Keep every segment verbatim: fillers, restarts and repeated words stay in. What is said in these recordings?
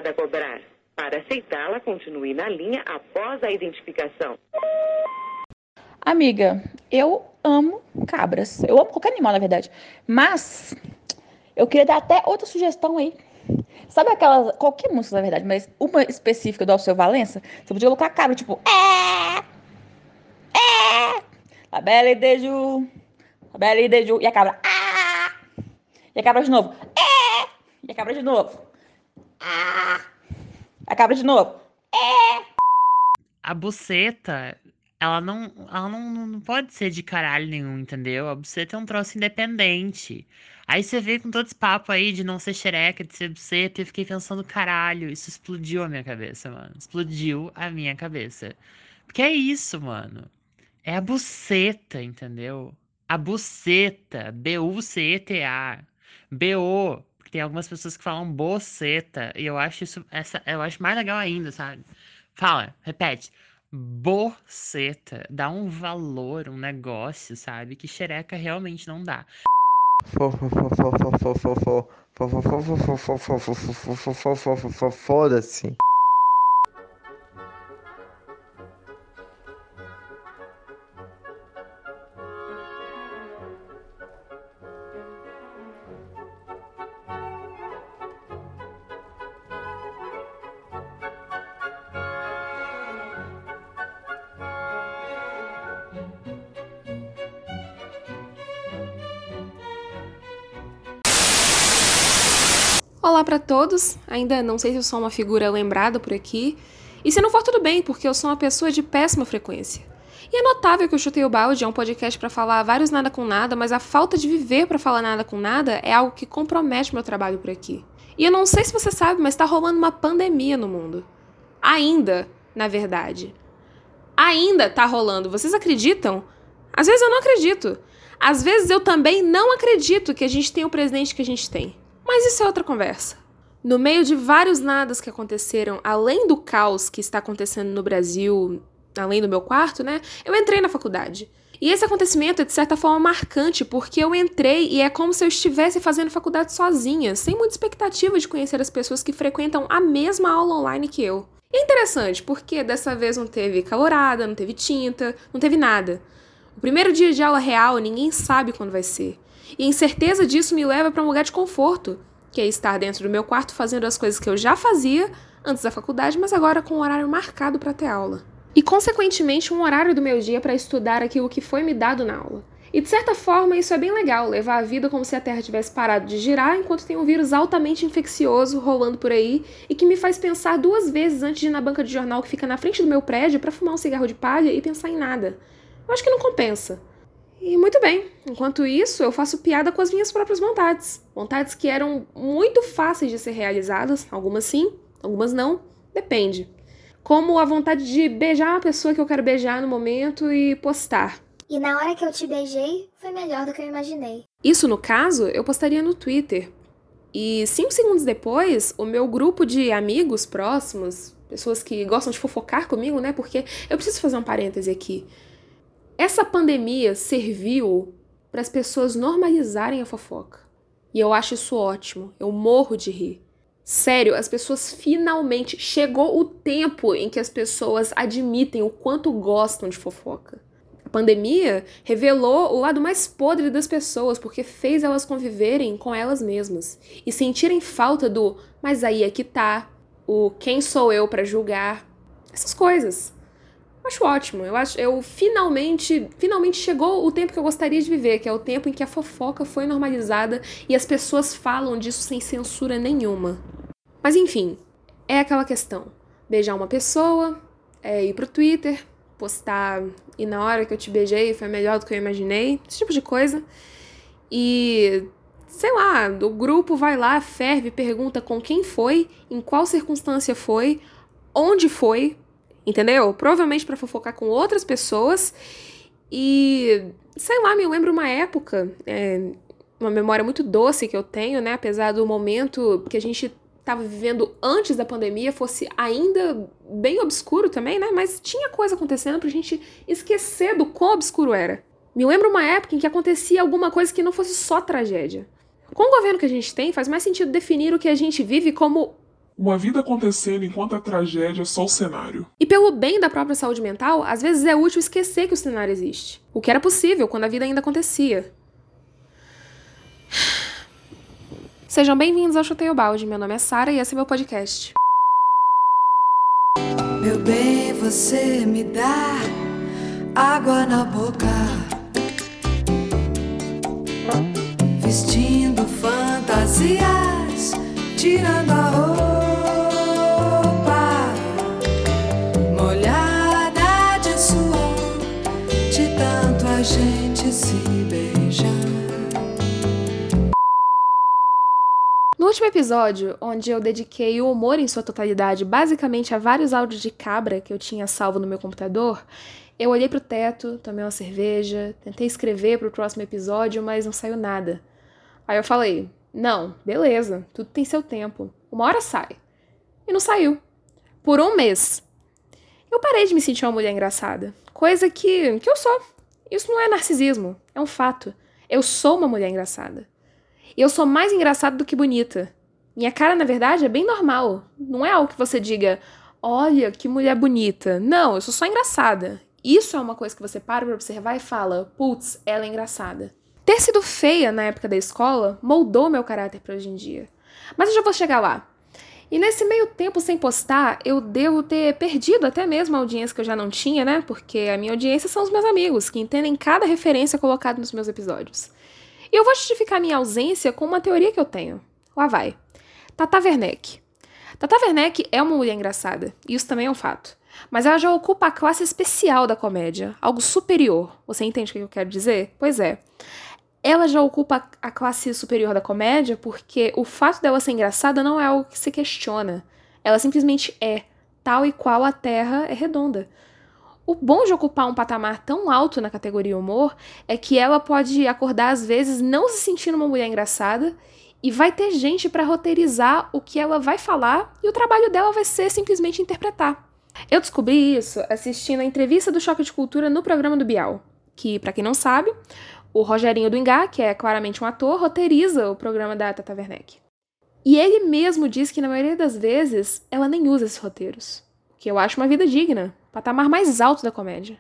para cobrar. Para aceitá-la, continue na linha após a identificação. Amiga, eu amo cabras. Eu amo qualquer animal, na verdade. Mas eu queria dar até outra sugestão aí. Sabe aquela... Qualquer música, na verdade, mas uma específica do Alceu Valença? Você podia colocar cabra, tipo... É! É! A bela e deju. A bela e deju. E a cabra... Ah! E a cabra de novo... É! E a cabra de novo... Ah! A cabra de novo... É! A buceta... Ela não, ela não, não pode ser de caralho nenhum, entendeu? A buceta é um troço independente. Aí você veio com todo esse papo aí de não ser xereca, de ser buceta, e eu fiquei pensando, caralho, isso explodiu a minha cabeça, mano. Explodiu a minha cabeça. Porque é isso, mano. É a buceta, entendeu? A buceta. B U C E T A. B O. Porque tem algumas pessoas que falam boceta. E eu acho isso, essa, eu acho mais legal ainda, sabe? Fala, repete. Boceta. Dá um valor, um negócio, sabe? Que xereca realmente não dá. Foda-se. Olá para todos, ainda não sei se eu sou uma figura lembrada por aqui, e se não for tudo bem, porque eu sou uma pessoa de péssima frequência. E é notável que o Chutei o Balde é um podcast para falar vários nada com nada, mas a falta de viver para falar nada com nada é algo que compromete meu trabalho por aqui. E eu não sei se você sabe, mas tá rolando uma pandemia no mundo. Ainda, na verdade. Ainda tá rolando, vocês acreditam? Às vezes eu não acredito. Às vezes eu também não acredito que a gente tem o presidente que a gente tem. Mas isso é outra conversa. No meio de vários nadas que aconteceram, além do caos que está acontecendo no Brasil, além do meu quarto, né? Eu entrei na faculdade. E esse acontecimento é, de certa forma, marcante, porque eu entrei e é como se eu estivesse fazendo faculdade sozinha, sem muita expectativa de conhecer as pessoas que frequentam a mesma aula online que eu. E é interessante, porque dessa vez não teve calorada, não teve tinta, não teve nada. O primeiro dia de aula real, ninguém sabe quando vai ser. E a incerteza disso me leva para um lugar de conforto, que é estar dentro do meu quarto fazendo as coisas que eu já fazia antes da faculdade, mas agora com um horário marcado para ter aula. E, consequentemente, um horário do meu dia para estudar aquilo que foi me dado na aula. E, de certa forma, isso é bem legal, levar a vida como se a Terra tivesse parado de girar enquanto tem um vírus altamente infeccioso rolando por aí e que me faz pensar duas vezes antes de ir na banca de jornal que fica na frente do meu prédio para fumar um cigarro de palha e pensar em nada. Eu acho que não compensa. E muito bem, enquanto isso, eu faço piada com as minhas próprias vontades. Vontades que eram muito fáceis de ser realizadas, algumas sim, algumas não, depende. Como a vontade de beijar uma pessoa que eu quero beijar no momento e postar. E na hora que eu te beijei, foi melhor do que eu imaginei. Isso, no caso, eu postaria no Twitter. E cinco segundos depois, o meu grupo de amigos próximos, pessoas que gostam de fofocar comigo, né? Porque eu preciso fazer um parêntese aqui. Essa pandemia serviu para as pessoas normalizarem a fofoca. E eu acho isso ótimo. Eu morro de rir. Sério, as pessoas finalmente... Chegou o tempo em que as pessoas admitem o quanto gostam de fofoca. A pandemia revelou o lado mais podre das pessoas, porque fez elas conviverem com elas mesmas. E sentirem falta do mas aí é que tá, o quem sou eu para julgar, essas coisas. Eu acho ótimo, eu acho, eu finalmente, finalmente chegou o tempo que eu gostaria de viver, que é o tempo em que a fofoca foi normalizada e as pessoas falam disso sem censura nenhuma. Mas enfim, é aquela questão, beijar uma pessoa, é ir pro Twitter, postar e na hora que eu te beijei foi melhor do que eu imaginei, esse tipo de coisa. E, sei lá, o grupo vai lá, ferve, pergunta com quem foi, em qual circunstância foi, onde foi, entendeu? Provavelmente pra fofocar com outras pessoas. E, sei lá, me lembro uma época, é, uma memória muito doce que eu tenho, né? Apesar do momento que a gente estava vivendo antes da pandemia fosse ainda bem obscuro também, né? Mas tinha coisa acontecendo pra gente esquecer do quão obscuro era. Me lembro uma época em que acontecia alguma coisa que não fosse só tragédia. Com o governo que a gente tem, faz mais sentido definir o que a gente vive como Uma vida acontecendo enquanto a tragédia é só o cenário. E pelo bem da própria saúde mental, às vezes é útil esquecer que o cenário existe. O que era possível quando a vida ainda acontecia. Sejam bem-vindos ao Chutei o Balde. Meu nome é Sara e esse é meu podcast. Meu bem, você me dá água na boca, vestindo fantasias, tirando a roupa, molhada de suor, de tanto a gente se beijar. No último episódio, onde eu dediquei o humor em sua totalidade basicamente a vários áudios de cabra que eu tinha salvo no meu computador, eu olhei pro teto, tomei uma cerveja, tentei escrever pro próximo episódio, mas não saiu nada. Aí eu falei, não, beleza, tudo tem seu tempo, uma hora sai. E não saiu. Por um mês. Eu parei de me sentir uma mulher engraçada, coisa que, que eu sou. Isso não é narcisismo, é um fato. Eu sou uma mulher engraçada. E eu sou mais engraçada do que bonita. Minha cara, na verdade, é bem normal. Não é algo que você diga, olha, que mulher bonita. Não, eu sou só engraçada. Isso é uma coisa que você para pra observar e fala, putz, ela é engraçada. Ter sido feia na época da escola moldou meu caráter pra hoje em dia. Mas eu já vou chegar lá. E nesse meio tempo sem postar, eu devo ter perdido até mesmo a audiência que eu já não tinha, né? Porque a minha audiência são os meus amigos, que entendem cada referência colocada nos meus episódios. E eu vou justificar minha ausência com uma teoria que eu tenho. Lá vai. Tata Werneck. Tata Werneck é uma mulher engraçada, e isso também é um fato. Mas ela já ocupa a classe especial da comédia, algo superior. Você entende o que eu quero dizer? Pois é. Ela já ocupa a classe superior da comédia porque o fato dela ser engraçada não é algo que se questiona. Ela simplesmente é, tal e qual a Terra é redonda. O bom de ocupar um patamar tão alto na categoria humor é que ela pode acordar às vezes não se sentindo uma mulher engraçada e vai ter gente pra roteirizar o que ela vai falar e o trabalho dela vai ser simplesmente interpretar. Eu descobri isso assistindo a entrevista do Choque de Cultura no programa do Bial, que, pra quem não sabe, o Rogerinho do Engá, que é claramente um ator, roteiriza o programa da Tata Werneck. E ele mesmo diz que na maioria das vezes ela nem usa esses roteiros, que eu acho uma vida digna. Patamar mais alto da comédia.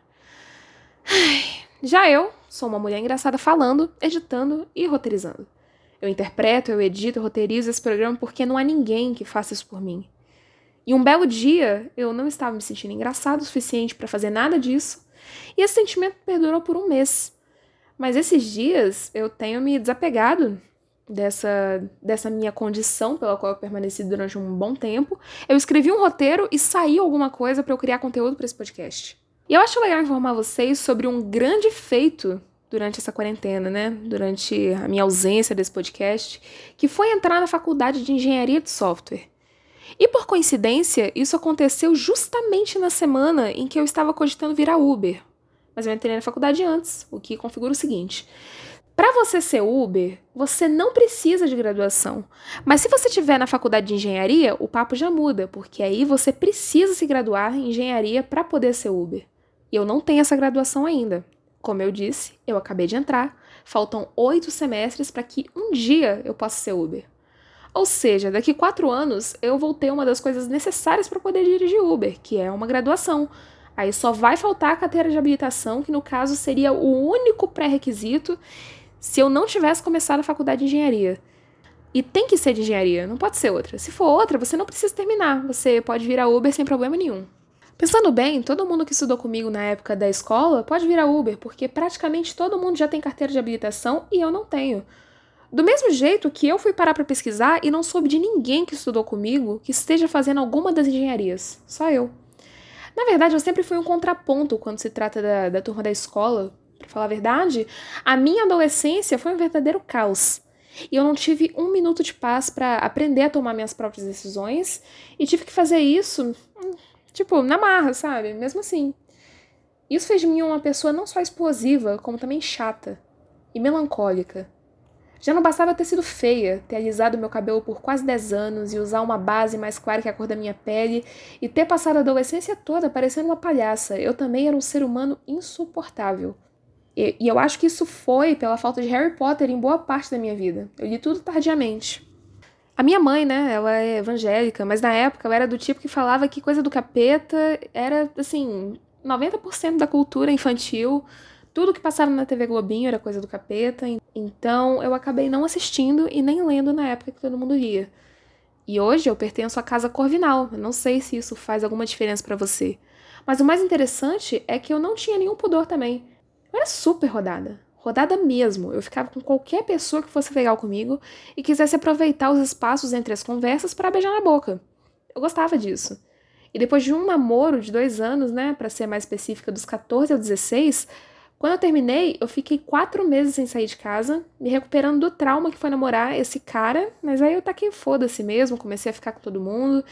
Ai, já eu sou uma mulher engraçada falando, editando e roteirizando. Eu interpreto, eu edito, eu roteirizo esse programa porque não há ninguém que faça isso por mim. E um belo dia, eu não estava me sentindo engraçado o suficiente para fazer nada disso, e esse sentimento perdurou por um mês. Mas esses dias eu tenho me desapegado dessa, dessa minha condição pela qual eu permaneci durante um bom tempo. Eu escrevi um roteiro e saiu alguma coisa para eu criar conteúdo para esse podcast. E eu acho legal informar vocês sobre um grande feito durante essa quarentena, né? Durante a minha ausência desse podcast, que foi entrar na faculdade de engenharia de software. E por coincidência, isso aconteceu justamente na semana em que eu estava cogitando virar Uber. Mas eu entrei na faculdade antes, o que configura o seguinte: para você ser Uber, você não precisa de graduação. Mas se você estiver na faculdade de engenharia, o papo já muda, porque aí você precisa se graduar em engenharia para poder ser Uber. E eu não tenho essa graduação ainda. Como eu disse, eu acabei de entrar, faltam oito semestres para que um dia eu possa ser Uber. Ou seja, daqui quatro anos eu vou ter uma das coisas necessárias para poder dirigir Uber, que é uma graduação. Aí só vai faltar a carteira de habilitação, que no caso seria o único pré-requisito se eu não tivesse começado a faculdade de engenharia. E tem que ser de engenharia, não pode ser outra. Se for outra, você não precisa terminar, você pode virar Uber sem problema nenhum. Pensando bem, todo mundo que estudou comigo na época da escola pode virar Uber, porque praticamente todo mundo já tem carteira de habilitação e eu não tenho. Do mesmo jeito que eu fui parar para pesquisar e não soube de ninguém que estudou comigo que esteja fazendo alguma das engenharias, só eu. Na verdade, eu sempre fui um contraponto quando se trata da, da turma da escola. Pra falar a verdade, a minha adolescência foi um verdadeiro caos. E eu não tive um minuto de paz pra aprender a tomar minhas próprias decisões. E tive que fazer isso, tipo, na marra, sabe? Mesmo assim. Isso fez de mim uma pessoa não só explosiva, como também chata e melancólica. Já não bastava ter sido feia, ter alisado meu cabelo por quase dez anos e usar uma base mais clara que a cor da minha pele e ter passado a adolescência toda parecendo uma palhaça. Eu também era um ser humano insuportável. E, e eu acho que isso foi pela falta de Harry Potter em boa parte da minha vida. Eu li tudo tardiamente. A minha mãe, né, ela é evangélica, mas na época ela era do tipo que falava que coisa do capeta era, assim, noventa por cento da cultura infantil. Tudo que passava na T V Globinho era coisa do capeta. Então eu acabei não assistindo e nem lendo na época que todo mundo lia. E hoje eu pertenço à Casa Corvinal. Eu não sei se isso faz alguma diferença pra você. Mas o mais interessante é que eu não tinha nenhum pudor também. Eu era super rodada. Rodada mesmo. Eu ficava com qualquer pessoa que fosse legal comigo e quisesse aproveitar os espaços entre as conversas pra beijar na boca. Eu gostava disso. E depois de um namoro de dois anos, né, pra ser mais específica, dos catorze aos dezesseis, quando eu terminei, eu fiquei quatro meses sem sair de casa, me recuperando do trauma que foi namorar esse cara, mas aí eu taquei foda-se mesmo, comecei a ficar com todo mundo.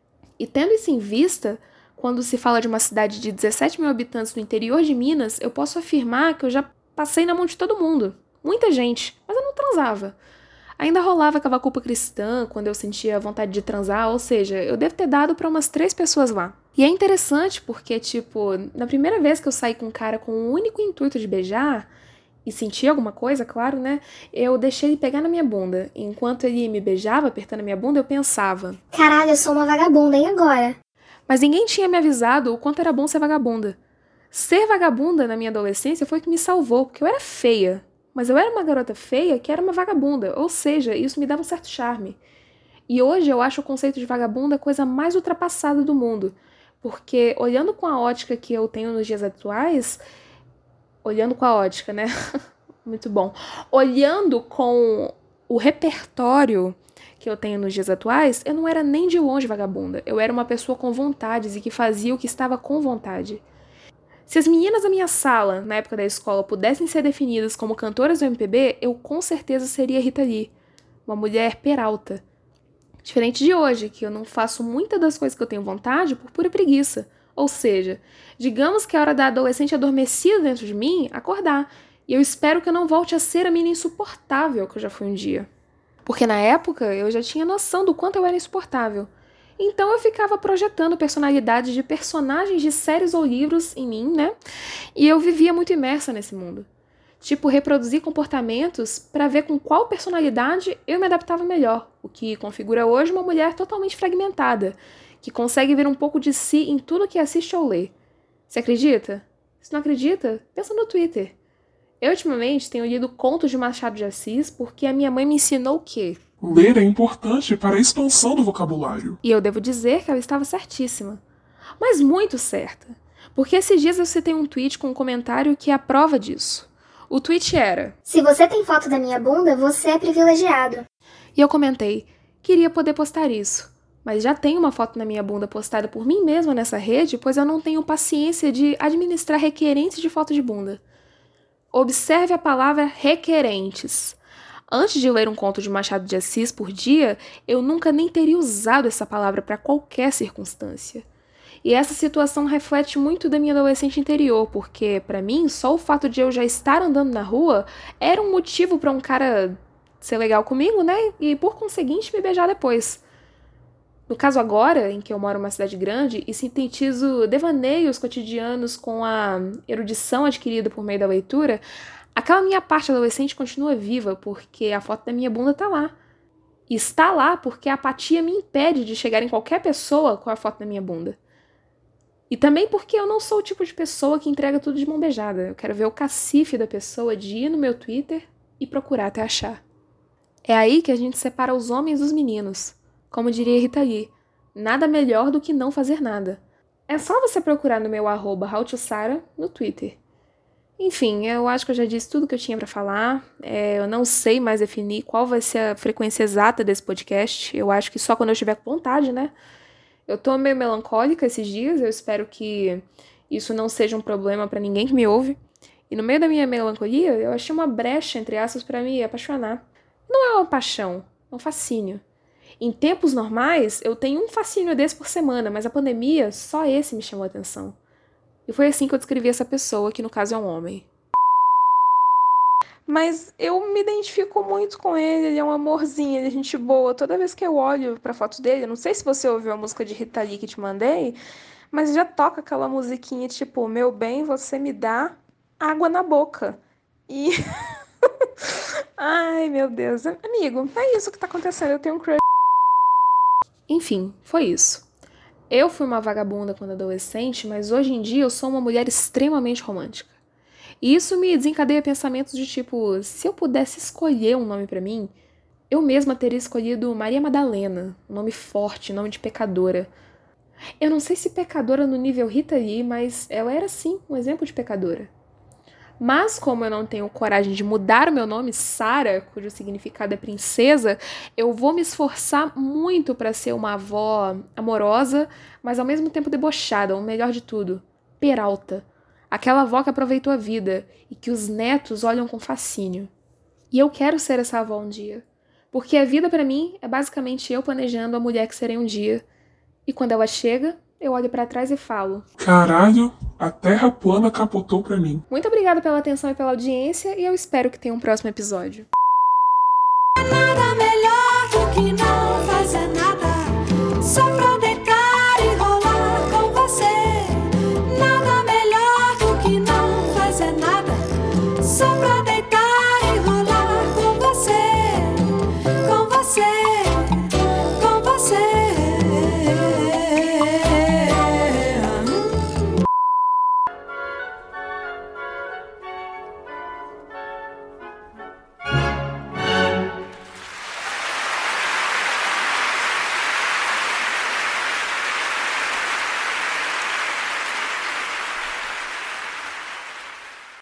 E tendo isso em vista, quando se fala de uma cidade de dezessete mil habitantes no interior de Minas, eu posso afirmar que eu já passei na mão de todo mundo. Muita gente, mas eu não transava. Ainda rolava aquela culpa cristã quando eu sentia vontade de transar, ou seja, eu devo ter dado pra umas três pessoas lá. E é interessante porque, tipo, na primeira vez que eu saí com um cara com o único intuito de beijar, e sentir alguma coisa, claro, né, eu deixei ele pegar na minha bunda. Enquanto ele me beijava, apertando a minha bunda, eu pensava: Caralho, eu sou uma vagabunda, e agora? Mas ninguém tinha me avisado o quanto era bom ser vagabunda. Ser vagabunda na minha adolescência foi o que me salvou, porque eu era feia. Mas eu era uma garota feia que era uma vagabunda, ou seja, isso me dava um certo charme. E hoje eu acho o conceito de vagabunda a coisa mais ultrapassada do mundo, porque olhando com a ótica que eu tenho nos dias atuais, olhando com a ótica, né? Muito bom. Olhando com o repertório que eu tenho nos dias atuais, eu não era nem de longe vagabunda. Eu era uma pessoa com vontades e que fazia o que estava com vontade. Se as meninas da minha sala, na época da escola, pudessem ser definidas como cantoras do M P B, eu com certeza seria Rita Lee, uma mulher peralta. Diferente de hoje, que eu não faço muitas das coisas que eu tenho vontade por pura preguiça. Ou seja, digamos que é a hora da adolescente adormecida dentro de mim acordar. E eu espero que eu não volte a ser a menina insuportável que eu já fui um dia. Porque na época eu já tinha noção do quanto eu era insuportável. Então eu ficava projetando personalidades de personagens de séries ou livros em mim, né? E eu vivia muito imersa nesse mundo. Tipo, reproduzir comportamentos para ver com qual personalidade eu me adaptava melhor, o que configura hoje uma mulher totalmente fragmentada, que consegue ver um pouco de si em tudo que assiste ou lê. Você acredita? Se não acredita, pensa no Twitter. Eu, ultimamente, tenho lido contos de Machado de Assis porque a minha mãe me ensinou o quê? Ler é importante para a expansão do vocabulário. E eu devo dizer que ela estava certíssima. Mas muito certa. Porque esses dias eu citei um tweet com um comentário que é a prova disso. O tweet era: Se você tem foto da minha bunda, você é privilegiado. E eu comentei: queria poder postar isso. Mas já tenho uma foto na minha bunda postada por mim mesma nessa rede, pois eu não tenho paciência de administrar requerentes de foto de bunda. Observe a palavra requerentes. Antes de ler um conto de Machado de Assis por dia, eu nunca nem teria usado essa palavra para qualquer circunstância. E essa situação reflete muito da minha adolescente interior, porque, para mim, só o fato de eu já estar andando na rua era um motivo para um cara ser legal comigo, né? E, por conseguinte, me beijar depois. No caso agora, em que eu moro numa cidade grande e sintetizo devaneios cotidianos com a erudição adquirida por meio da leitura, aquela minha parte adolescente continua viva porque a foto da minha bunda tá lá. E está lá porque a apatia me impede de chegar em qualquer pessoa com a foto da minha bunda. E também porque eu não sou o tipo de pessoa que entrega tudo de mão beijada. Eu quero ver o cacife da pessoa de ir no meu Twitter e procurar até achar. É aí que a gente separa os homens dos meninos. Como diria Rita Lee, nada melhor do que não fazer nada. É só você procurar no meu arroba howtosara no Twitter. Enfim, eu acho que eu já disse tudo que eu tinha pra falar. É, eu não sei mais definir qual vai ser a frequência exata desse podcast. Eu acho que só quando eu estiver com vontade, né? Eu tô meio melancólica esses dias. Eu espero que isso não seja um problema pra ninguém que me ouve. E no meio da minha melancolia, eu achei uma brecha, entre aspas, pra me apaixonar. Não é uma paixão, é um fascínio. Em tempos normais, eu tenho um fascínio desse por semana, mas a pandemia, só esse me chamou a atenção. E foi assim que eu descrevi essa pessoa, que no caso é um homem. Mas eu me identifico muito com ele, ele é um amorzinho, ele é gente boa. Toda vez que eu olho pra foto dele, não sei se você ouviu a música de Rita Lee que te mandei, mas já toca aquela musiquinha tipo, meu bem, você me dá água na boca. E... Ai, meu Deus. Amigo, é isso que tá acontecendo, eu tenho um crush. Enfim, foi isso. Eu fui uma vagabunda quando adolescente, mas hoje em dia eu sou uma mulher extremamente romântica. E isso me desencadeia pensamentos de tipo, se eu pudesse escolher um nome pra mim, eu mesma teria escolhido Maria Madalena, um nome forte, nome de pecadora. Eu não sei se pecadora no nível Rita Lee, mas ela era sim um exemplo de pecadora. Mas como eu não tenho coragem de mudar o meu nome, Sara, cujo significado é princesa, eu vou me esforçar muito para ser uma avó amorosa, mas ao mesmo tempo debochada, o melhor de tudo, Peralta. Aquela avó que aproveitou a vida e que os netos olham com fascínio. E eu quero ser essa avó um dia. Porque a vida para mim é basicamente eu planejando a mulher que serei um dia. E quando ela chega, eu olho para trás e falo: Caralho, a terra plana capotou pra mim. Muito obrigada pela atenção e pela audiência, e eu espero que tenha um próximo episódio. Nada melhor